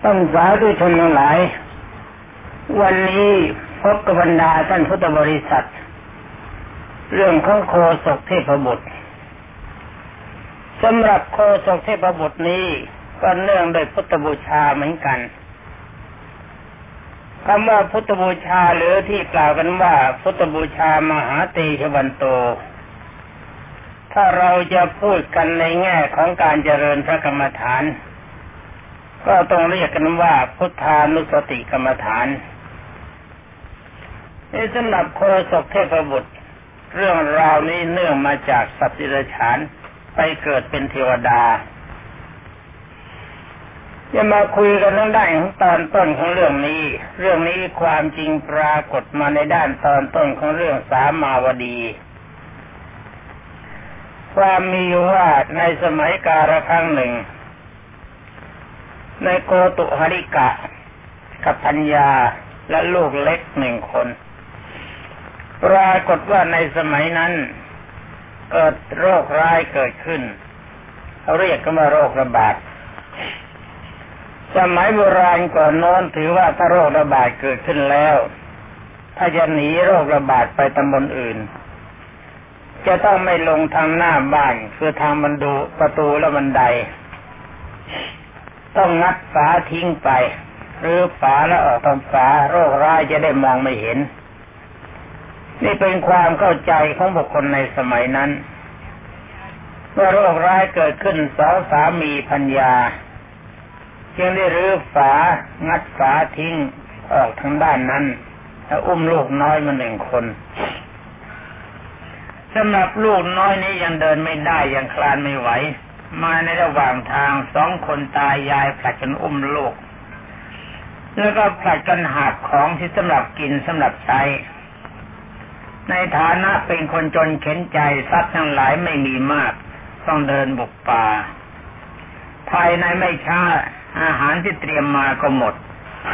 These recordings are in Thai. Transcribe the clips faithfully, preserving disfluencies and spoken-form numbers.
ท่านสาธุชนทั้งหลายวันนี้พบกับบรรดาท่านพุทธบริษัทเรื่องของโคศกเทพบุตรสำหรับโคศกเทพบุตรนี้ก็เนื่องโดยพุทธบูชาเหมือนกันคำว่าพุทธบูชาหรือที่กล่าวกันว่าพุทธบูชามหาเตชะวันโตถ้าเราจะพูดกันในแง่ของการเจริญพระกรรมฐานก็ต้องเรียกกันว่าพุทธานุสติกรรมฐานนี่สำหรับโคศกเทพบุตรเรื่องราวนี้เนื่องมาจากสัตว์ดิบฉานไปเกิดเป็นเทวดาจะมาคุยกันทั้งด้านของตอนต้นของเรื่องนี้เรื่องนี้ความจริงปรากฏมาในด้านตอนต้นของเรื่องสามาวดีความมีอยู่ว่าในสมัยกาลครั้งหนึ่งในโกตุหริกะกับพัญญาและลูกเล็กหนึ่งคนปรากฏว่าในสมัยนั้นเกิดโรคร้ายเกิดขึ้นเขาเรียกกันว่าโรคระบาดสมัยโบราณก่อนโน้นถือว่าถ้าโรคระบาดเกิดขึ้นแล้วถ้าจะหนีโรคระบาดไปตำบลอื่นจะต้องไม่ลงทางหน้าบ้านคือทางบันดูประตูและบันไดต้องงัดฝาทิ้งไปหรือฝาแล้วออกทางฝาโรคร้ายจะได้มองไม่เห็นนี่เป็นความเข้าใจของบุคคลในสมัยนั้นเมื่อโรคร้ายเกิดขึ้นสองสามีภรรยาจึงได้รื้อฝางัดฝาทิ้งออกทางด้านนั้นแล้วอุ้มลูกน้อยมาหนึ่งคนสำหรับลูกน้อยนี้ยังเดินไม่ได้ยังคลานไม่ไหวมาในระหว่างทางสองคนตายายผลัดกันอุ้มลูกแล้วก็ผลัดกันหาบของที่สำหรับกินสำหรับใช้ในฐานะเป็นคนจนเข็นใจทรัพย์ทั้งหลายไม่มีมากต้องเดินบุกป่าภายในไม่ช้าอาหารที่เตรียมมาก็หมด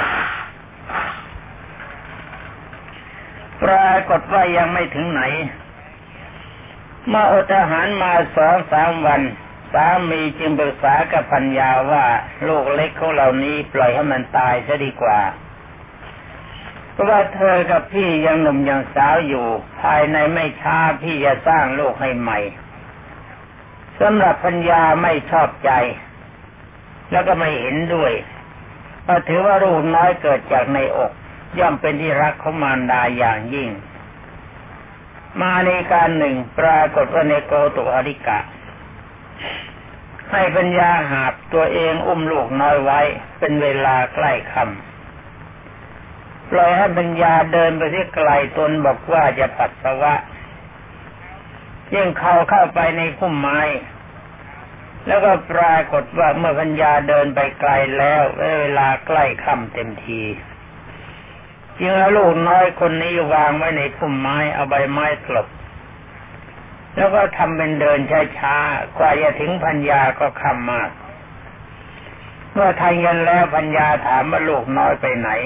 ปรากฏว่ายังไม่ถึงไหนมาอดอาหารมาสองสามวันสามีจึงปรึกษากับภรรยาว่าลูกเล็กของเรานี้ปล่อยให้มันตายซะดีกว่าเพราะว่าเธอกับพี่ยังหนุ่มยังสาวอยู่ภายในไม่ช้าพี่จะสร้างลูกให้ใหม่สำหรับภรรยาไม่ชอบใจแล้วก็ไม่เห็นด้วยเพราะถือว่าลูกน้อยเกิดจากในอกย่อมเป็นที่รักของมารดาอย่างยิ่งมาในการหนึ่งปรากฏว่าในโกตุหริกะให้ปัญญาหาบตัวเองอุ้มลูกน้อยไว้เป็นเวลาใกล้ค่ำปล่อยให้ปัญญาเดินไปที่ไกลตนบอกว่าจะปัสสาวะยิ่งเข้าเข้าไปในพุ่มไม้แล้วก็ปรากฏว่าเมื่อปัญญาเดินไปไกลแล้วเวลาใกล้ค่ำเต็มทีจึงเอาลูกน้อยคนนี้วางไว้ในพุ่มไม้เอาใบไม้กลบแล้วก็ทำเป็นเดินช้าๆกว่าจะถึงปัญญาก็ค่ำมากเมื่อทันกันแล้วปัญญาถามว่าลูกน้อยไปไหน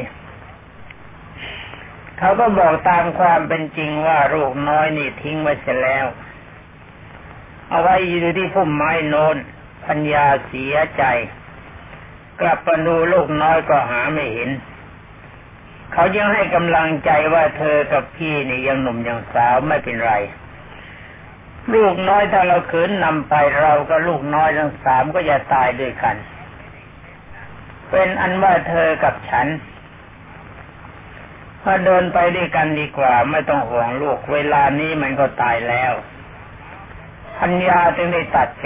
เขาก็บอกตามความเป็นจริงว่าลูกน้อยนี่ทิ้งไว้เสียแล้วเอาไว้อยู่ที่พุ่มไม้โน้นปัญญาเสียใจกลับมาดูลูกน้อยก็หาไม่เห็นเขายังให้กำลังใจว่าเธอกับพี่นี่ยังหนุ่มยังสาวไม่เป็นไรลูกน้อยถ้าเราขืนนำไปเราก็ลูกน้อยทั้งสามก็จะตายด้วยกันเป็นอันว่าเธอกับฉันพอเดินไปด้วยกันดีกว่าไม่ต้องห่วงลูกเวลานี้มันก็ตายแล้วปัญญาจึงได้ตัดใจ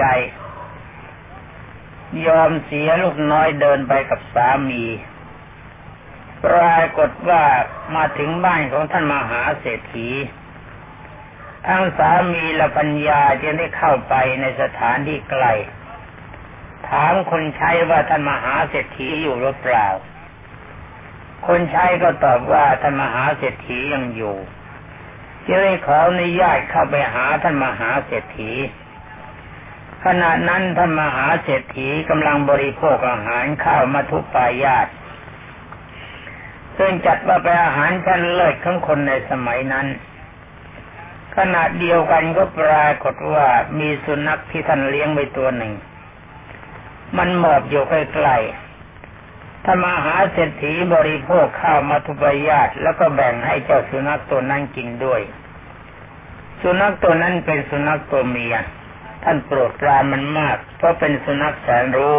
ยอมเสียลูกน้อยเดินไปกับสามีปรากฏว่ามาถึงบ้านของท่านมหาเศรษฐีทั้งสามีและปัญญาจึงได้เข้าไปในสถานที่ไกลถามคนใช้ว่าท่านมหาเศรษฐีอยู่หรือเปล่าคนใช้ก็ตอบว่าท่านมหาเศรษฐียังอยู่จึงได้ขออนุญาตเข้าไปหาท่านมหาเศรษฐีขณะนั้นท่านมหาเศรษฐีกำลังบริโภคอาหารข้าวมัทุปายาตซึ่งจัดว่าเป็นอาหารชั้นเลิศของคนในสมัยนั้นขณะเดียวกันก็ปรากฏว่ามีสุนัขที่ท่านเลี้ยงไว้ตัวหนึ่งมันหมอบอยู่ใกล้ๆถ้ามหาเศรษฐีบริโภคข้าวมัทุปายาตแล้วก็แบ่งให้เจ้าสุนัขตัวนั้นกินด้วยสุนัขตัวนั้นเป็นสุนัขตัวเมียท่านโปรดปรานมันมากเพราะเป็นสุนัขแสนรู้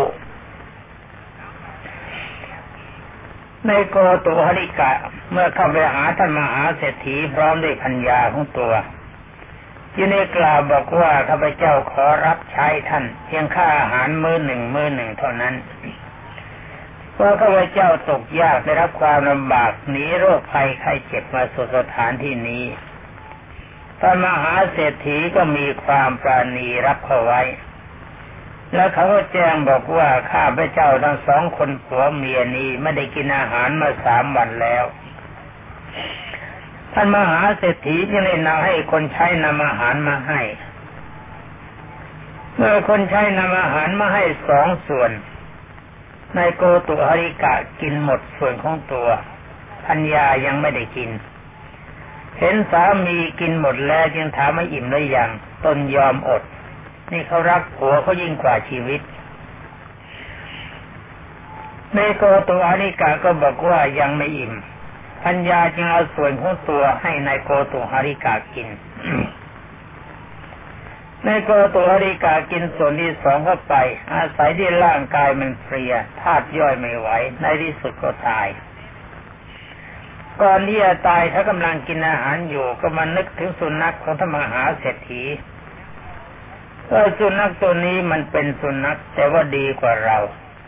ในโกตุหริกะเมื่อเข้าไปหาท่านมหาเศรษฐีพร้อมด้วยภรรยาของตัวจึงได้กล่าวบอกว่าข้าพเจ้าขอรับใช้ท่านเพียงค่าอาหารมื้อหนึ่งมื้อหนึ่งเท่านั้นเพราะข้าพเจ้าตกยากได้รับความลำบากหนีโรคภัยไข้เจ็บมาสู่สถานที่นี้ท่านมหาเศรษฐีก็มีความปราณีรับเขาไว้แล้วเขาก็แจ้งบอกว่าข้าพเจ้าทั้งสองคนผัวเมียนี้ไม่ได้กินอาหารมาสามวันแล้วท่านมหาเศรษฐีจึงได้นำให้คนใช้นำอาหารมาให้เมื่อคนใช้นำอาหารมาให้สองส่วนนายโกตุหริกะกินหมดส่วนของตัวภรรยายังไม่ได้กินเห็นสามีกินหมดแล้วจึงถามว่าอิ่มหรือยังตนยอมอดนี่เขารักผัวเขายิ่งกว่าชีวิตนายโกตุหริกะก็บอกว่ายังไม่อิ่มภรรยาจึงเอาส่วนของตัวให้นายโกตุหริกะกิน นายโกตุหริกะกินส่วนที่สองเข้าไปอาศัยที่ร่างกายมันเพลียธาตุย่อยไม่ไหวในที่สุดก็ตายก่อนที่จะตายถ้ากำลังกินอาหารอยู่ก็มานึกถึงสุนัขของท่านมหาเศรษฐีว่าสุนัขตัวนี้มันเป็นสุนัขแต่ว่าดีกว่าเรา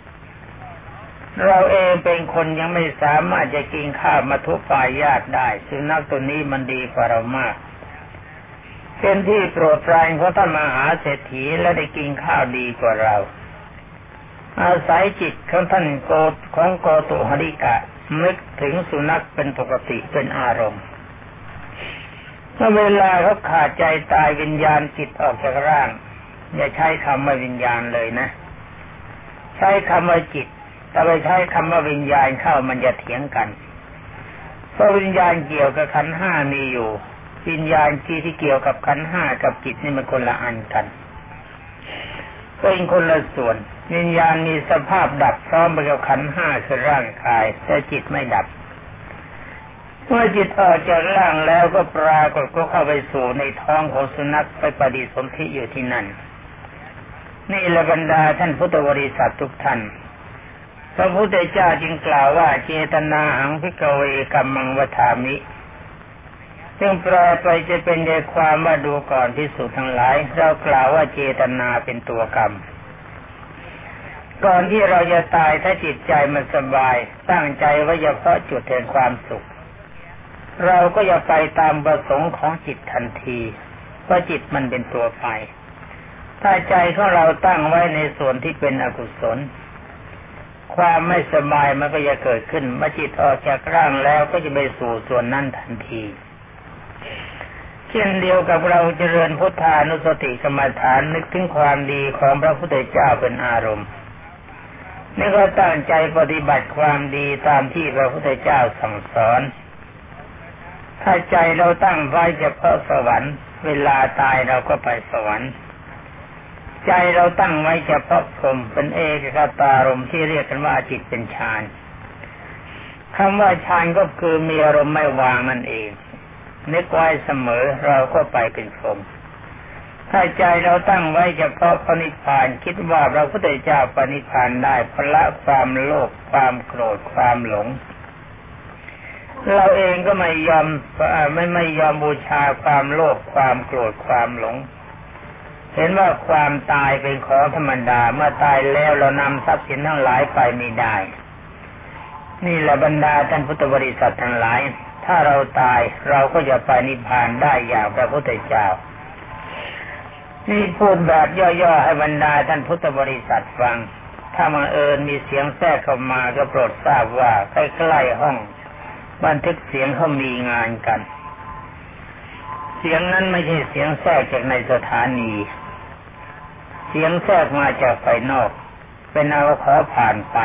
เราเองเป็นคนยังไม่สามารถจะกินข้าวมัทุปายาตได้สุนัขตัวนี้มันดีกว่าเรามากเป็นที่โปรดปรานของท่านมหาเศรษฐีและได้กินข้าวดีกว่าเราอาศัยจิตของท่านโกของโกตุหริกะนึกถึงสุนัขเป็นปกติเป็นอารมณ์เมื่อเวลาเขาขาดใจตายวิญญาณจิตออกจากร่างอย่าใช้คำว่าวิญญาณเลยนะใช้คำว่าจิตถ้าไปใช้คำว่าวิญญาณเข้ามันจะเถียงกันเพราะวิญญาณเกี่ยวกับขันธ์ห้ามีอยู่วิญญาณที่ที่เกี่ยวกับขันธ์ห้ากับจิตนี่มันคนละอันกันเป็นคนละส่วนวิญญาณมีสภาพดับพร้อมไปกับขันธ์ห้าคือร่างกายแต่จิตไม่ดับเมื่อจิตออกจากร่างแล้วก็ปรากฏก็เข้าไปสู่ในท้องของสุนัขไปปฏิสนธิอยู่ที่นั่นนี่ละบรรดาท่านพุทธบริษัททุกท่านพระพุทธเจ้าจึงกล่าวว่าเจตนาหังภิกขเวกัมมังวฏามิซึ่งแปลไปจะเป็นใจความว่าดูก่อนภิกษุทั้งหลายเรากล่าวว่าเจตนาเป็นตัวกรรมก่อนที่เราจะตายถ้าจิตใจมันสบายตั้งใจว่าจะเพาะจุดแห่งความสุขเราก็จะไปตามประสงค์ของจิตทันทีเพราะจิตมันเป็นตัวไปถ้าใจของเราตั้งไว้ในส่วนที่เป็นอกุศลความไม่สบายมันก็จะเกิดขึ้นเมื่อจิตออกจากร่างแล้วก็จะไปสู่ส่วนนั้นทันทีเช่นเดียวกับเราเจริญพุทธานุสติกรรมฐานนึกถึงความดีของพระพุทธเจ้าเป็นอารมณ์นี่ก็ตั้งใจปฏิบัติความดีตามที่พระพุทธเจ้าสั่งสอนถ้าใจเราตั้งไว้เฉพาะสวรรค์เวลาตายเราก็ไปสวรรค์ใจเราตั้งไว้เฉพาะพรหมเป็นเอกคตารมณ์ที่เรียกกันว่าจิตเป็นฌานคำว่าฌานก็คือมีอารมณ์ไม่วางนั่นเองนึกไว้เสมอเราก็ไปเป็นพรหมถ้าใจเราตั้งไว้เฉพาะพระนิพพานคิดว่าพระพุทธเจ้าปณิพพานได้พละความโลภความโกรธความหลงเราเองก็ไม่ยอมไม่ไม่ยอมบูชาความโลภความโกรธความหลงเห็นว่าความตายเป็นของธรรมดาเมื่อตายแล้วเรานำทรัพย์สินทั้งหลายไปไม่ได้นี่แหละบรรดาท่านพุทธบริษัททั้งหลายถ้าเราตายเราก็จะไปนิพพานได้อย่างพระพุทธเจ้านี่พูดแบบย่อๆให้บรรดาท่านพุทธบริษัทฟังถ้าบังเอิญมีเสียงแทรกเข้ามาก็โปรดทราบว่าใกล้ๆห้องบันทึกเสียงเขามีงานกันเสียงนั้นไม่ใช่เสียงแทรกจากในสถานีเสียงแทรกมาจากภายนอกเป็นเอาขอผ่านไป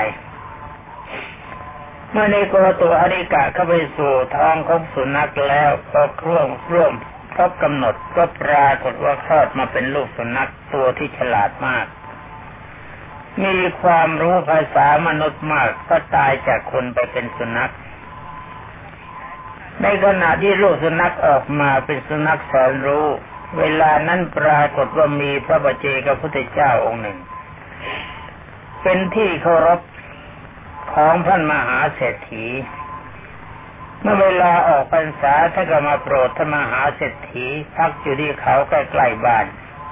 เมื่อในโกตุหริกะเข้าไปสู่ท้องของสุนัขแล้วพอร่วมร่วมครบกำหนดก็ปรากฏว่าคลอดมาเป็นลูกสุนัขตัวที่ฉลาดมากมีความรู้ภาษามนุษย์มากก็ตายจากคนไปเป็นสุนัขในขณะที่ลูกสุนัขออกมาเป็นสุนัขแสนรู้เวลานั้นปรากฏว่ามีพระปัจเจกพุทธเจ้าองค์หนึ่งเป็นที่เคารพของท่านมหาเศรษฐีเมื่อเวลาออกพรรษาท่านก็มาโปรดท่านมหาเศรษฐีพักอยู่ที่เขาใกล้ๆบ้าน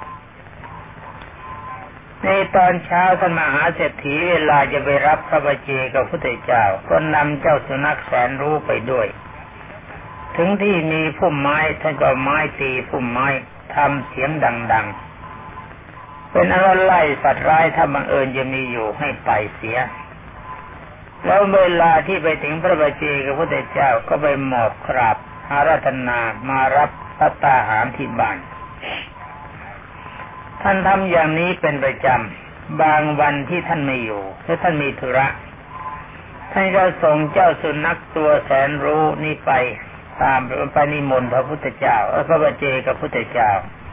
ในตอนเช้าท่านมหาเศรษฐีเวลาจะไปรับพระปัจเจกพุทธเจ้าก็นำเจ้าสุนัขแสนรู้ไปด้วยถึงที่มีพุ่มไม้ท่านก็ไม้ตีพุ่มไม้ทำเสียงดังๆเป็นอะไรไล่สัตว์ร้ายถ้าบังเอิญจะมีอยู่ให้ไปเสียแล้วเวลาที่ไปถึงพระปัจเจกพุทธเจ้าก็ไปหมอบกราบอาราธนามารับภัตตาหารที่บ้านท่านทำอย่างนี้เป็นประจำบางวันที่ท่านไม่อยู่ถ้าท่านมีธุระท่านก็ส่งเจ้าสุนัขตัวแสนรู้นี่ไปตามไปนิมนต์พระพุทธเจ้าพระปัจเจกพุทธเจ้า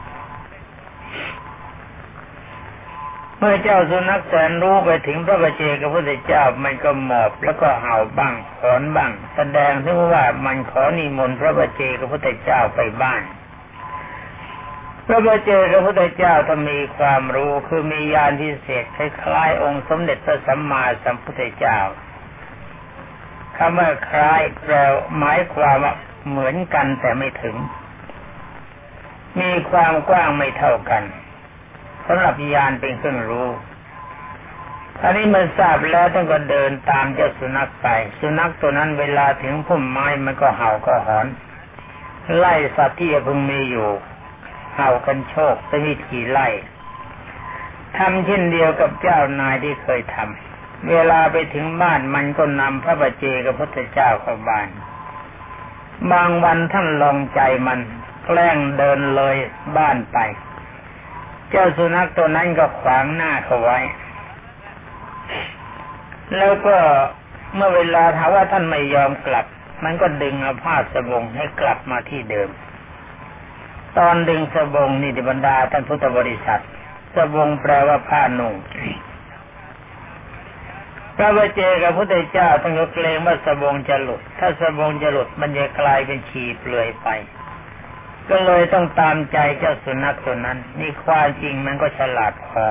เมื่อเจ้าสุนัขแสนรู้ไปถึงพระปัจเจกพุทธเจ้ามันก็หมอบแล้วก็เห่าบ้างขอนบ้างแสดงถึงว่ามันขอนิมนต์พระปัจเจกพุทธเจ้าไปบ้านพระปัจเจกพุทธเจ้าถ้ามีความรู้คือมีญาณพิเศษคล้ายๆองค์สมเด็จพระสัมมาสัมพุทธเจ้าคำว่าคล้ายแปลหมายความว่าเหมือนกันแต่ไม่ถึงมีความกว้างไม่เท่ากันสำหรับญาณเป็นเครื่องรู้อันนี้มันทราบแล้วท่านก็เดินตามเจ้าสุนัขไปสุนัขตัวนั้นเวลาถึงพุ่มไม้มันก็เห่าก็หอนไล่สัตว์ที่พึงมีอยู่เห่ากันโชคเป็นวิธีไล่ทำเช่นเดียวกับเจ้านายที่เคยทำเวลาไปถึงบ้านมันก็นำพระปัจเจกพุทธเจ้าเข้าบ้านบางวันท่านลองใจมันแกล้งเดินเลยบ้านไปเจ้าสุนัขตัวนั้นก็ขวางหน้าเขาไว้แล้วก็เมื่อเวลาถามว่าท่านไม่ยอมกลับมันก็ดึงเอาผ้าสบงให้กลับมาที่เดิมตอนดึงสบงนี่บรรดาท่านพุทธบริษัทสบงแปลว่าผ้านุ่งพระปัจเจกพุทธเจ้าท่านก็เกรงว่าสบงจะหลุดถ้าสบงจะหลุดมันจะกลายเป็นฉี่เปลือยไปก็เลยต้องตามใจเจ้าสุนัขตัวนั้นนี่ความจริงมันก็ฉลาดพอ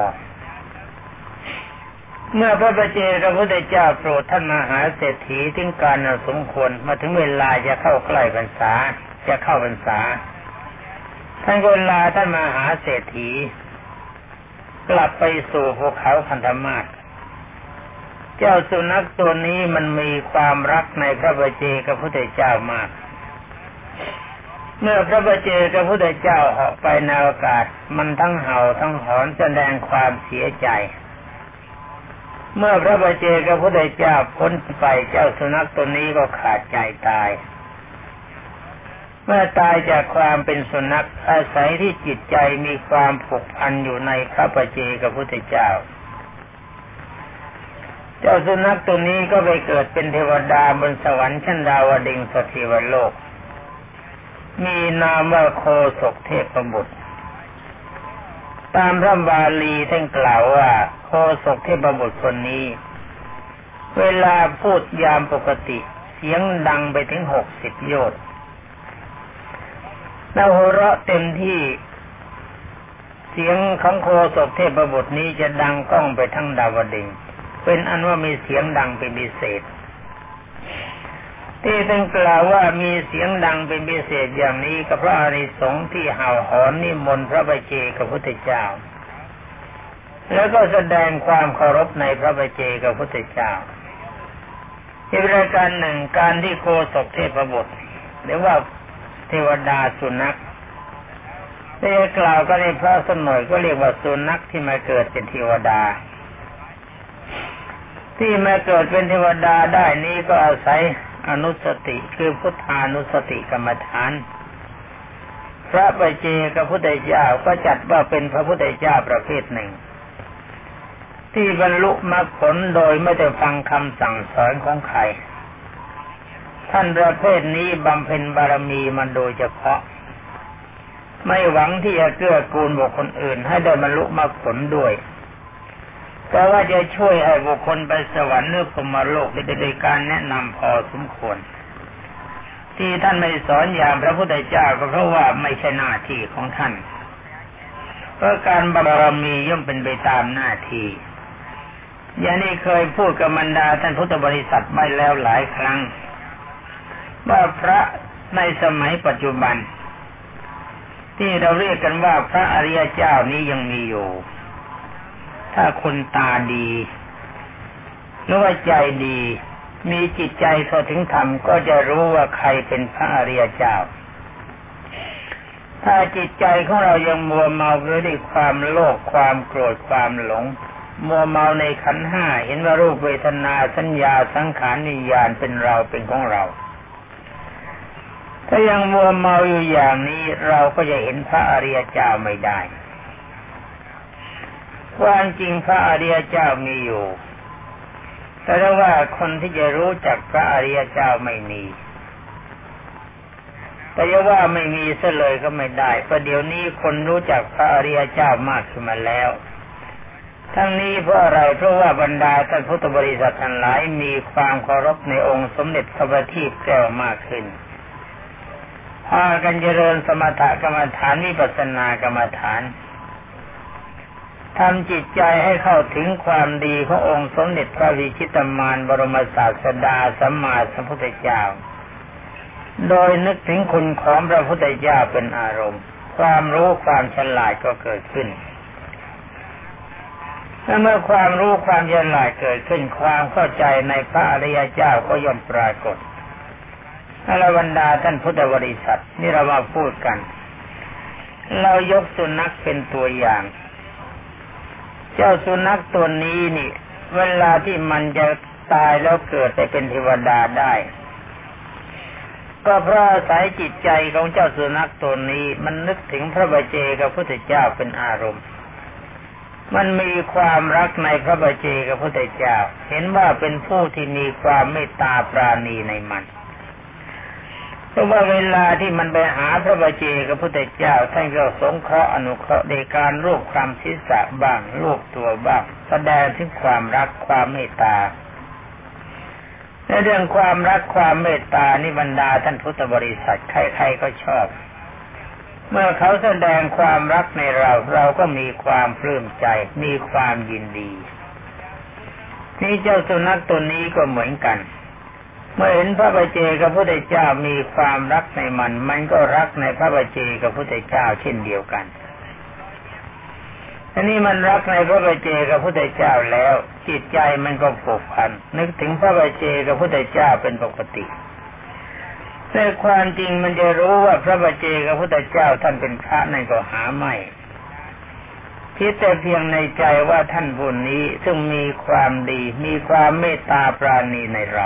เมื่อพระปัจเจกพุทธเจ้าโปรดท่านมหาเศรษฐีถึงการสมควรมาถึงเวลาจะเข้าใกล้พรรษาจะเข้าพรรษาท่านก็ลาท่านมหาเศรษฐีกลับไปสู่ภูเขาคันธมาศเจ้าสุนัขตัวนี้มันมีความรักในพระปัจเจกพุทธเจ้ามากเมื่อพระปัจเจกพุทธเจ้าเหาะไปในอากาศมันทั้งเห่าทั้งหอนแสดงความเสียใจเมื่อพระปัจเจกพุทธเจ้าพ้นไปเจ้าสุนัขตัวนี้ก็ขาดใจตายเมื่อตายจากความเป็นสุนัขอาศัยที่จิตใจมีความผูกพันอยู่ในพระปัจเจกพุทธเจ้าเจ้าสุนัขตัวนี้ก็ไปเกิดเป็นเทวดาบนสวรรค์ชั้นดาวดึงสถิวโลกมีนามว่าโคศกเทพบุตรตามพระบาลีท่านกล่าวว่าโคศกเทพบุตรคนนี้เวลาพูดยามปกติเสียงดังไปถึงหกสิบโยชน์แล้วหัวเราะเต็มที่เสียงของโคศกเทพบุตรนี้จะดังก้องไปทั้งดาวดึงส์เป็นอันว่ามีเสียงดังเป็นพิเศษที่ท่านกล่าวว่ามีเสียงดังเป็นพิเศษอย่างนี้ก็เพราะอานิสงส์ที่เห่าหอนนิมนต์พระปัจเจกพุทธเจ้าแล้วก็แสดงความเคารพในพระปัจเจกพุทธเจ้าอีกประการหนึ่งการที่โคศกเทพบุตรหรือว่าเทวดาสุนัขได้กล่าวก็ในพระสมัยก็เรียกว่าสุนัขที่มาเกิดเป็นเทวดาที่มาเกิดเป็นเทวดาได้นี้ก็อาศัยอนุสติคือพุทธานุสติกรรมฐานพระปัจเจกพุทธเจ้าก็จัดว่าเป็นพระพุทธเจ้าประเภทหนึ่งที่บรรลุมรรคผลโดยไม่ได้ฟังคำสั่งสอนของใครท่านประเภทนี้บำเพ็ญบารมีมาโดยเฉพาะไม่หวังที่จะเกื้อกูลบุคคลอื่นให้ได้บรรลุมรรคผลด้วยก็ว่าจะช่วยให้บุคคลไปสวรรค์หรือพรหมโลกโดยการแนะนำพอสมควรที่ท่านไม่สอนอย่างพระพุทธเจ้าก็เพราะว่าไม่ใช่หน้าที่ของท่านเพราะการบารมีย่อมเป็นไปตามหน้าที่อย่างนี้เคยพูดกับบรรดาท่านพุทธบริษัทไปแล้วหลายครั้งว่าพระในสมัยปัจจุบันที่เราเรียกกันว่าพระอริยเจ้านี้ยังมีอยู่ถ้าคนตาดีหรือว่าใจดีมีจิตใจเข้าถึงธรรมก็จะรู้ว่าใครเป็นพระอริยเจ้าถ้าจิตใจของเรายังมัวเมาด้วยความโลภความโกรธความหลงมัวเมาในขันธ์ห้าเห็นว่ารูปเวทนาสัญญาสังขารวิญญาณเป็นเราเป็นของเราถ้ายังมัวเมาอยู่อย่างนี้เราก็จะเห็นพระอริยเจ้าไม่ได้ความจริงพระอริยเจ้ามีอยู่แต่ว่าคนที่จะรู้จักพระอริยเจ้าไม่มีแต่จะว่าไม่มีซะเลยก็ไม่ได้เพราะเดี๋ยวนี้คนรู้จักพระอริยเจ้ามากขึ้นมาแล้วทั้งนี้เพราะอะไรเพราะว่าบรรดาท่านพุทธบริษัททั้งหลายมีความเคารพในองค์สมเด็จพระบัณฑิตแก้วมากขึ้นพากันเจริญสมถกรรมฐานวิปัสสนากรรมฐานทำจิตใจให้เข้าถึงความดีขององค์สมเด็จพระวิชิตมารบรมศาสดาสัมมาสัมพุทธเจ้าโดยนึกถึงคุณของพระพุทธเจ้าเป็นอารมณ์ความรู้ความฉลาดก็เกิดขึ้นเมื่อความรู้ความฉลาดเกิดขึ้นความเข้าใจในพระอริยเจ้าก็ย่อมปรากฏอรบรรดาท่านพุทธบริษัทนี่เรามาพูดกันเรายกสุนัขเป็นตัวอย่างเจ้าสุนัขตัวนี้นี่เวลาที่มันจะตายแล้วเกิดไปเป็นเทวดาได้ก็เพราะอาศัยจิตใจของเจ้าสุนัขตัวนี้มันนึกถึงพระบัจเจกพระพุทธเจ้าเป็นอารมณ์มันมีความรักในพระบัจเจกพระพุทธเจ้าเห็นว่าเป็นผู้ที่มีความเมตตาปราณีในมันเพราะว่าเวลาที่มันไปหาพระบัจเจกพระพุทธเจ้าท่านก็สงเคราะห์อนุเคราะห์ในการรูปคลำศีรษะบ้างรูปตัวบ้างแสดงถึงความรักความเมตตาในเรื่องความรักความเมตตานี่บรรดาท่านพุทธบริษัทใครๆก็ชอบเมื่อเขาแสดงความรักในเราเราก็มีความปลื้มใจมีความยินดีนี่เจ้าสุนัขตัวนี้ก็เหมือนกันเมื่อเห็นพระบัจเจกพระพุทธเจ้ามีความรักในมันมันก็รักในพระบัจเจกพระพุทธเจ้าเช่นเดียวกันอันนี้มันรักในพระบัจเจกพระพุทธเจ้าแล้วจิตใจมันก็ผูกพันนึกถึงพระบัจเจกพระพุทธเจ้าเป็นปกติแต่ความจริงมันจะรู้ว่าพระบัจเจกพระพุทธเจ้าท่านเป็นพระนั่นก็หาไม่คิดแต่เพียงในใจว่าท่านผู้นี้ซึ่งมีความดีมีความเมตตาปราณีในเรา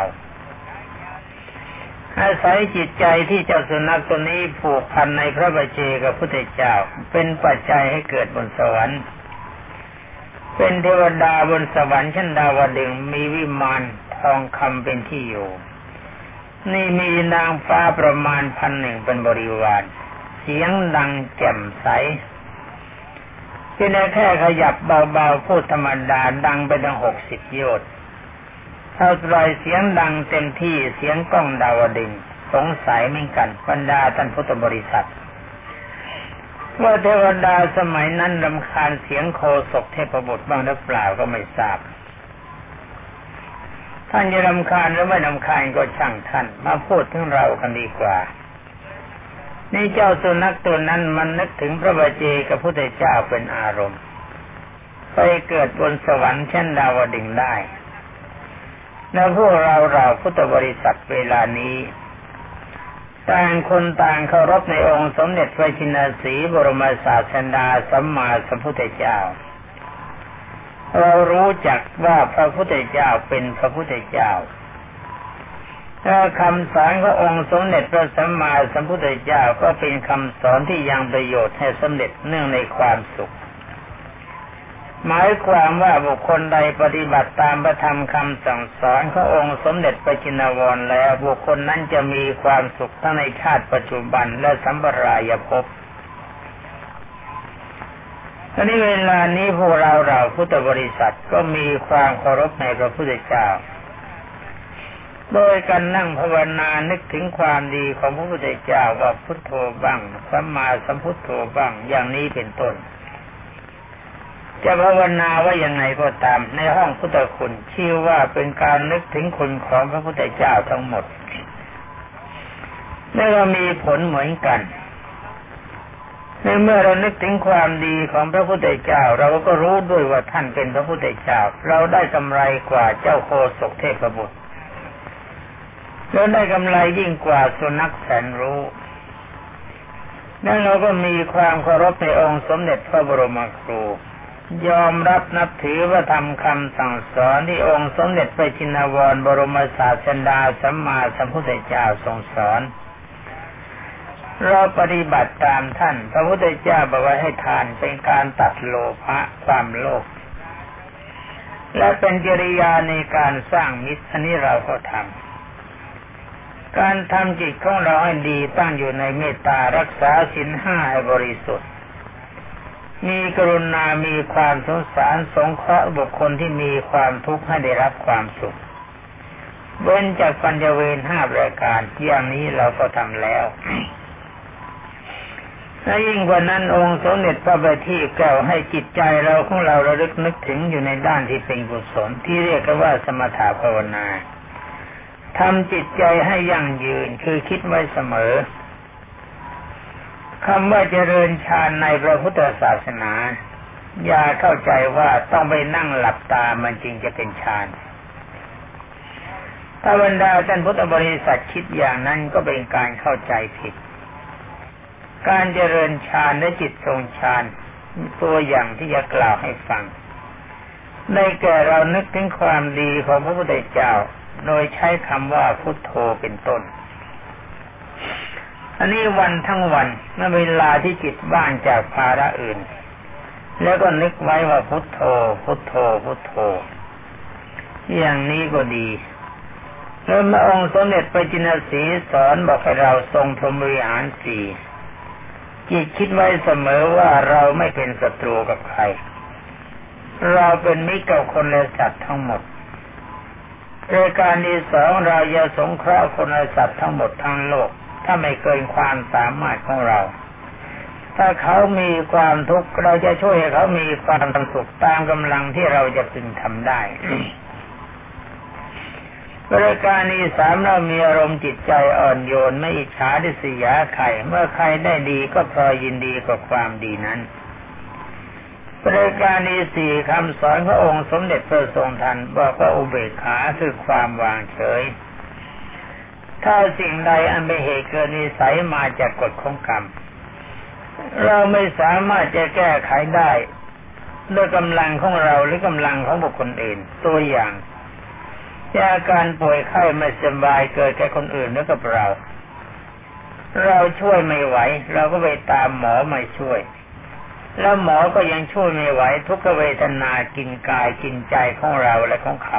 อาศัยจิตใจที่เจ้าสุนัขตัวนี้ผูกพันในพระบัจเจกพระพุทธเจ้าเป็นปัจจัยให้เกิดบนสวรรค์เป็นเทวดาบนสวรรค์ชั้นดาวดึงส์มีวิมานทองคำเป็นที่อยู่นี่มีนางฟ้าประมาณพันหนึ่งเป็นบริวารเสียงดังแจ่มใสที่แค่แค่ขยับเบาๆพูดธรรมดาดังไปถึงหกสิบโยชน์ถ้าปล่อยเสียงดังเต็มที่เสียงก้องดาวดึงส์สงสัยเหมือนกันบรรดาท่านพุทธบริษัทว่าเทวดาสมัยนั้นรำคาญเสียงโคศกเทพบุตรบ้างหรือเปล่าก็ไม่ทราบท่านจะรำคาญหรือไม่รำคาญก็ช่างท่านมาพูดถึงเรากันดีกว่านี่เจ้าสุนัขตัวนั้นมันนึกถึงพระบัจเจกพระพุทธเจ้าเป็นอารมณ์ไปเกิดบนสวรรค์ชั้นดาวดึงส์ได้แล้วพวกเราเราพุทธบริษัทเวลานี้ต่างคนต่างเคารพในองค์สมเด็จพระชินสีห์บรมศาสดาสัมมาสัมพุทธเจ้าเรารู้จักว่าพระพุทธเจ้าเป็นพระพุทธเจ้าถ้าคำสอนขององค์สมเด็จพระสัมมาสัมพุทธเจ้าก็เป็นคำสอนที่ยังประโยชน์ให้สำเร็จเนื่องในความสุขหมายความว่าบุคคลใดปฏิบัติตามพระธรรมคำสั่งสอนขององค์สมเด็จพระจินวรแล้วบุคคลนั้นจะมีความสุขทั้งในชาติปัจจุบันและสัมปรายภพตอนนี้เวลานี้พวกเราเราพุทธบริษัทก็มีความเคารพในพระพุทธเจ้าโดยการนั่งภาวนานึกถึงความดีของพระพุทธเจ้าว่าพุทโธบ้างสัมมาสัมพุทโธบ้างอย่างนี้เป็นต้นจะภาวนาว่าอย่างไรก็ตามในห้องพุทธคุณชื่อว่าเป็นการนึกถึงคุณของพระพุทธเจ้าทั้งหมดและก็มีผลเหมือนกันในเมื่อเรานึกถึงความดีของพระพุทธเจ้าเราก็รู้ด้วยว่าท่านเป็นพระพุทธเจ้าเราได้กำไรกว่าเจ้าโคศกเทพบุตรเราได้กำไรยิ่งกว่าสุนัขแสนรู้นั่นเราก็มีความเคารพในองค์สมเด็จพระบรมครูยอมรับนับถือว่าทำคำสั่งสอนที่องค์สมเด็จพระชินวรบรมศาสดาสัมมาสัมพุทธเจ้าทรงสอนเราปฏิบัติตามท่านพระพุทธเจ้าบอกว่าให้ทานเป็นการตัดโลภะความโลภและเป็นกิริยาในการสร้างมิตรอันนี้เราก็ทำการทำจิตของเราให้ดีตั้งอยู่ในเมตตารักษาศีลห้าให้บริสุทธิ์มีกรุณามีความสงสารสงเคราะห์บุคคลที่มีความทุกข์ให้ได้รับความสุขเว้นจากปัญญเวรห้ารายการอย่างนี้เราก็ทำแล้วและยิ่งกว่านั้นองค์สมเด็จพระบัณฑิตกล่าวให้จิตใจเราของเราระลึกนึกถึงอยู่ในด้านที่เป็นกุศลที่เรียกกันว่าสมถะภาวนาทำจิตใจให้ยั่งยืนคือคิดไว้เสมอคำว่าเจริญฌานในพระพุทธศาสนาอย่าเข้าใจว่าต้องไปนั่งหลับตามันจริงจะเป็นฌานถ้าบรรดาท่านพุทธบริษัทคิดอย่างนั้นก็เป็นการเข้าใจผิดการเจริญฌานและจิตทรงฌานตัวอย่างที่จะกล่าวให้ฟังในแก่เรานึกถึงความดีของพระพุทธเจ้าโดยใช้คำว่าพุทโธเป็นต้นอันนี้วันทั้งวันเมื่อเวลาที่จิตว่างจากภาระอื่นแล้วก็นึกไว้ว่าพุทโธพุทโธพุทโธอย่างนี้ก็ดีแล้วพระองค์สมเด็จพระจินสีสอนบอกให้เราทรงพรหมวิหารสี่จิตคิดไว้เสมอว่าเราไม่เป็นศัตรูกับใครเราเป็นมิตรกับคนและสัตว์ทั้งหมดรายการที่สองเราจะสงเคราะห์คนและสัตว์ทั้งหมดทั้งโลกถ้าไม่เกินความสามารถของเราถ้าเขามีความทุกข์เราจะช่วยให้เขามีความสุขตามกำลังที่เราจะพึงทำได้ รายการที่สามเรามีอารมณ์จิตใจอ่อนโยนไม่อิจฉาริษยาใครเมื่อใครได้ดีก็พลอยยินดีกับความดีนั้นรายการที่สี่คำสอนพระองค์สมเด็จพระทรงทันบอกว่าอุเบกขาคือความวางเฉยถ้าสิ่งใดอันเป็นเหตุเกิดนิสัยมาจากกฎของกรรมเราไม่สามารถจะแก้ไขได้ด้วยกำลังของเราหรือกำลังของบุคคลอื่นตัวอย่างอาการป่วยไข้ไม่สบายเกิดแก่คนอื่นแล้วกับเราเราช่วยไม่ไหวเราก็ไปตามหมอมาช่วยแล้วหมอก็ยังช่วยไม่ไหวทุกขเวทนากินกายกินใจของเราและของเขา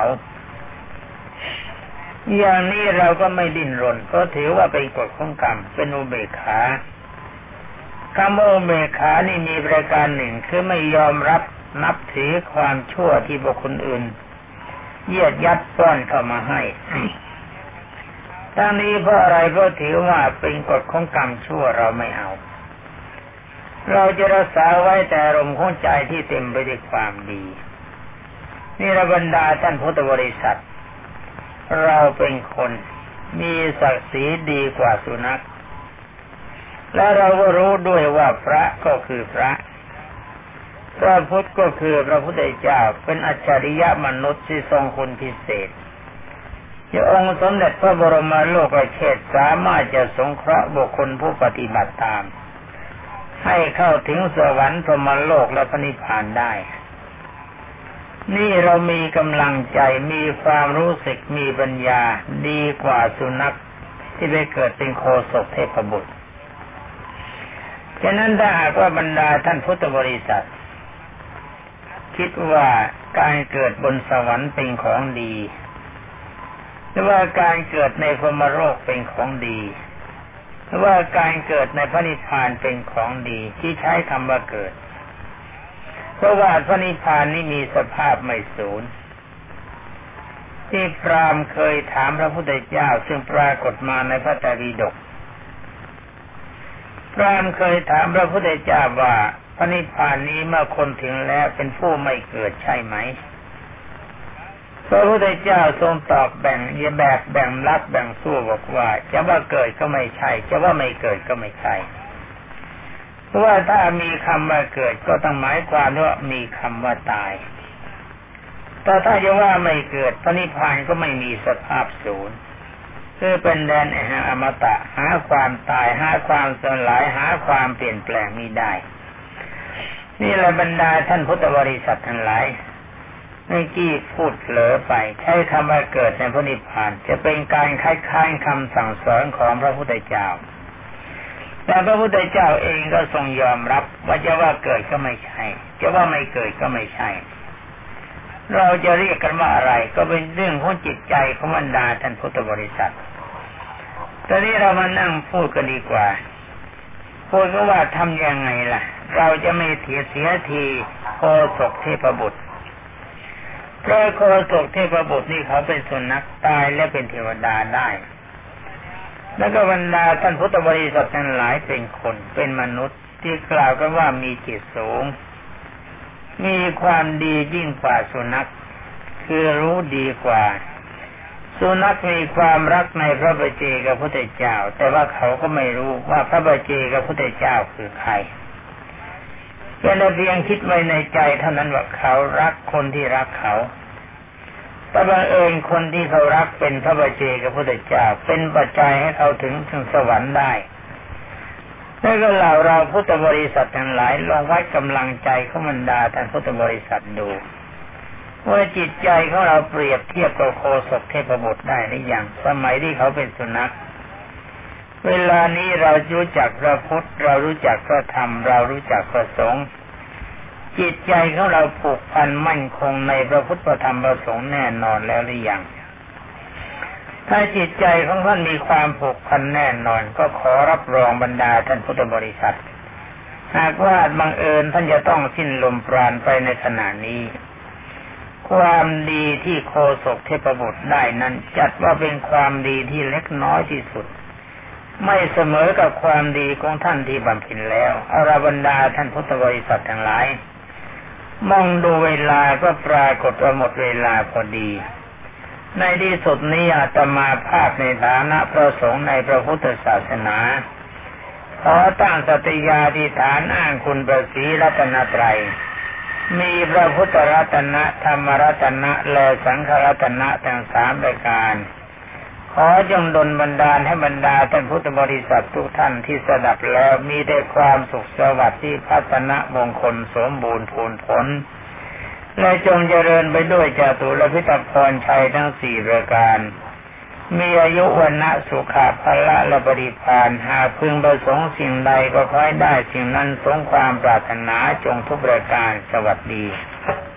อย่างนี้เราก็ไม่ดิ้นรนก็ถือว่าเป็นกฎของกรรมเป็นอุเบกขาคำว่าอุเบกขานี่มีประการหนึ่งคือไม่ยอมรับนับถือความชั่วที่บุคคลอื่นเยียดยัดป้อนเข้ามาให้ทั้งนี้เพราะอะไรเพราะถือว่าเป็นกฎของกรรมชั่วเราไม่เอาเราจะรักษาไว้แต่อารมณ์ของใจที่เต็มไปด้วยความดีนี่ระบรรดาท่านพุทธบริษัทเราเป็นคนมีศักดิ์ศรีดีกว่าสุนัขและเราก็รู้ด้วยว่าพระก็คือพระพระพุทธก็คือพระพุทธเจ้าเป็นอัจฉริยะมนุษย์ที่ทรงคุณพิเศษที่องค์สมเด็จพระบรมโลกเชษสามารถจะสงเคราะห์บุคคลผู้ปฏิบัติตามให้เข้าถึงสวรรค์พรหมโลกและพระนิพพานได้นี่เรามีกำลังใจมีความรู้สึกมีปัญญาดีกว่าสุนัขที่ได้เกิดเป็นโคศกเทพบุตรฉะนั้นถ้าหากว่าบรรดาท่านพุทธบริษัทคิดว่าการเกิดบนสวรรค์เป็นของดีหรือว่าการเกิดในพรหมโลกเป็นของดีหรือว่าการเกิดในพระนิพพานเป็นของดีที่ใช้คำว่าเกิดราะว่าพระนิพพานนี้มีสภาพไม่สูญที่พราหมณ์เคยถามพระพุทธเจ้าซึ่งปรากฏมาในพระไตรปิฎกพราหมณ์เคยถามพระพุทธเจ้าว่าพระนิพพานนี้เมื่อคนถึงแล้วเป็นผู้ไม่เกิดใช่ไหมพระพุทธเจ้าทรงตอบแบ่งแยกแบบแบ่งรับแบ่งสู้บอกว่าจะว่าเกิดก็ไม่ใช่จะว่าไม่เกิดก็ไม่ใช่เพราะว่าถ้ามีคำว่าเกิดก็ต้องหมายความว่ามีคำว่าตายแต่ถ้าจะว่าไม่เกิดพระนิพพานก็ไม่มีสภาพศูนย์คือเป็นแดนแห่งอมตะหาความตายหาความสลายหาความเปลี่ยนแปลงไม่ได้นี่แหละบรรดาท่านพุทธบริษัททั้งหลายเมื่อกี้พูดเผลอไปใช้คำว่าเกิดในพระนิพพานจะเป็นการคัดค้านคำสั่งสอนของพระพุทธเจ้าแต่พระพุทธเจ้าเองก็ทรงยอมรับว่าจะว่าเกิดก็ไม่ใช่จะว่าไม่เกิดก็ไม่ใช่เราจะเรียกกันว่าอะไรก็เป็นเรื่องของจิตใจของบรรดาท่านพุทธบริษัทตอนนี้เรามานั่งพูดกันดีกว่าพูดก็ว่าทำยังไงล่ะเราจะไม่เสียเสียทีโคศกเทพบุตรเพราะโคศกเทพบุตรนี่เขาเป็นสุนัขตายและเป็นเทวดาได้แล้วก็บรรดาท่านพุทธบริษัททั้งหลายเป็นคนเป็นมนุษย์ที่กล่าวกันว่ามีจิตสูงมีความดียิ่งกว่าสุนัขคือรู้ดีกว่าสุนัขมีความรักในพระบัจเจกพุทธเจ้าแต่ว่าเขาก็ไม่รู้ว่าพระบัจเจกพุทธเจ้าคือใครเป็นเพียงคิดไว้ในใจเท่านั้นว่าเขารักคนที่รักเขาแต่บังเอิญคนที่เขารักเป็นพระบัจเจกพุทธเจ้าเป็นปัจจัยให้เขาถึงถึงสวรรค์ได้แล้วก็เราเราพุทธบริษัททั้งหลายลองวัดกำลังใจของบรรดาท่านพุทธบริษัทดูว่าจิตใจของเราเปรียบเทียบกับโคศกเทพบุตรได้หรือยังสมัยที่เขาเป็นสุนัขเวลานี้เรารู้จักพระพุทธเรารู้จักพระธรรมเรารู้จักพระสงฆ์จิตใจของเราผูกพันมั่นคงในพระพุทธพระธรรมพระสงฆ์แน่นอนแล้วหรือยังถ้าจิตใจของท่านมีความผูกพันแน่นอนก็ขอรับรองบรรดาท่านพุทธบริษัทหากว่าบังเอิญท่านจะต้องสิ้นลมปราณไปในขณะนี้ความดีที่โคศกเทพบุตรได้นั้นจัดว่าเป็นความดีที่เล็กน้อยที่สุดไม่เสมอกับความดีของท่านที่บำเพ็ญแล้วอรบรรดาท่านพุทธบริษัททั้งหลายมองดูเวลาก็ปรากฏว่าหมดเวลาพอดีในที่สุดนี้อาตมาภาพในฐานะพระสงฆ์ในพระพุทธศาสนาขอตั้งสัตยาธิษฐานอ้างคุณพระศรีรัตนตรัยมีพระพุทธรัตนะธรรมรัตนะและสังฆรัตนะทั้งสามประการขอจงดลบันดาลให้บรรดาท่านพุทธบริษัททุกท่านที่สดับแล้วมีแต่ความสุขสวัสดิ์ที่พัฒนามงคลสมบูรณ์พูนผลและจงเจริญไปด้วยจตุรพิธพรชัยทั้งสี่ประการมีอายุวันนะสุขะพละและปริภาณหากพึงประสงค์สิ่งใดก็ขอให้ได้สิ่งนั้นสมความปรารถนาจงทุกประการสวัสดี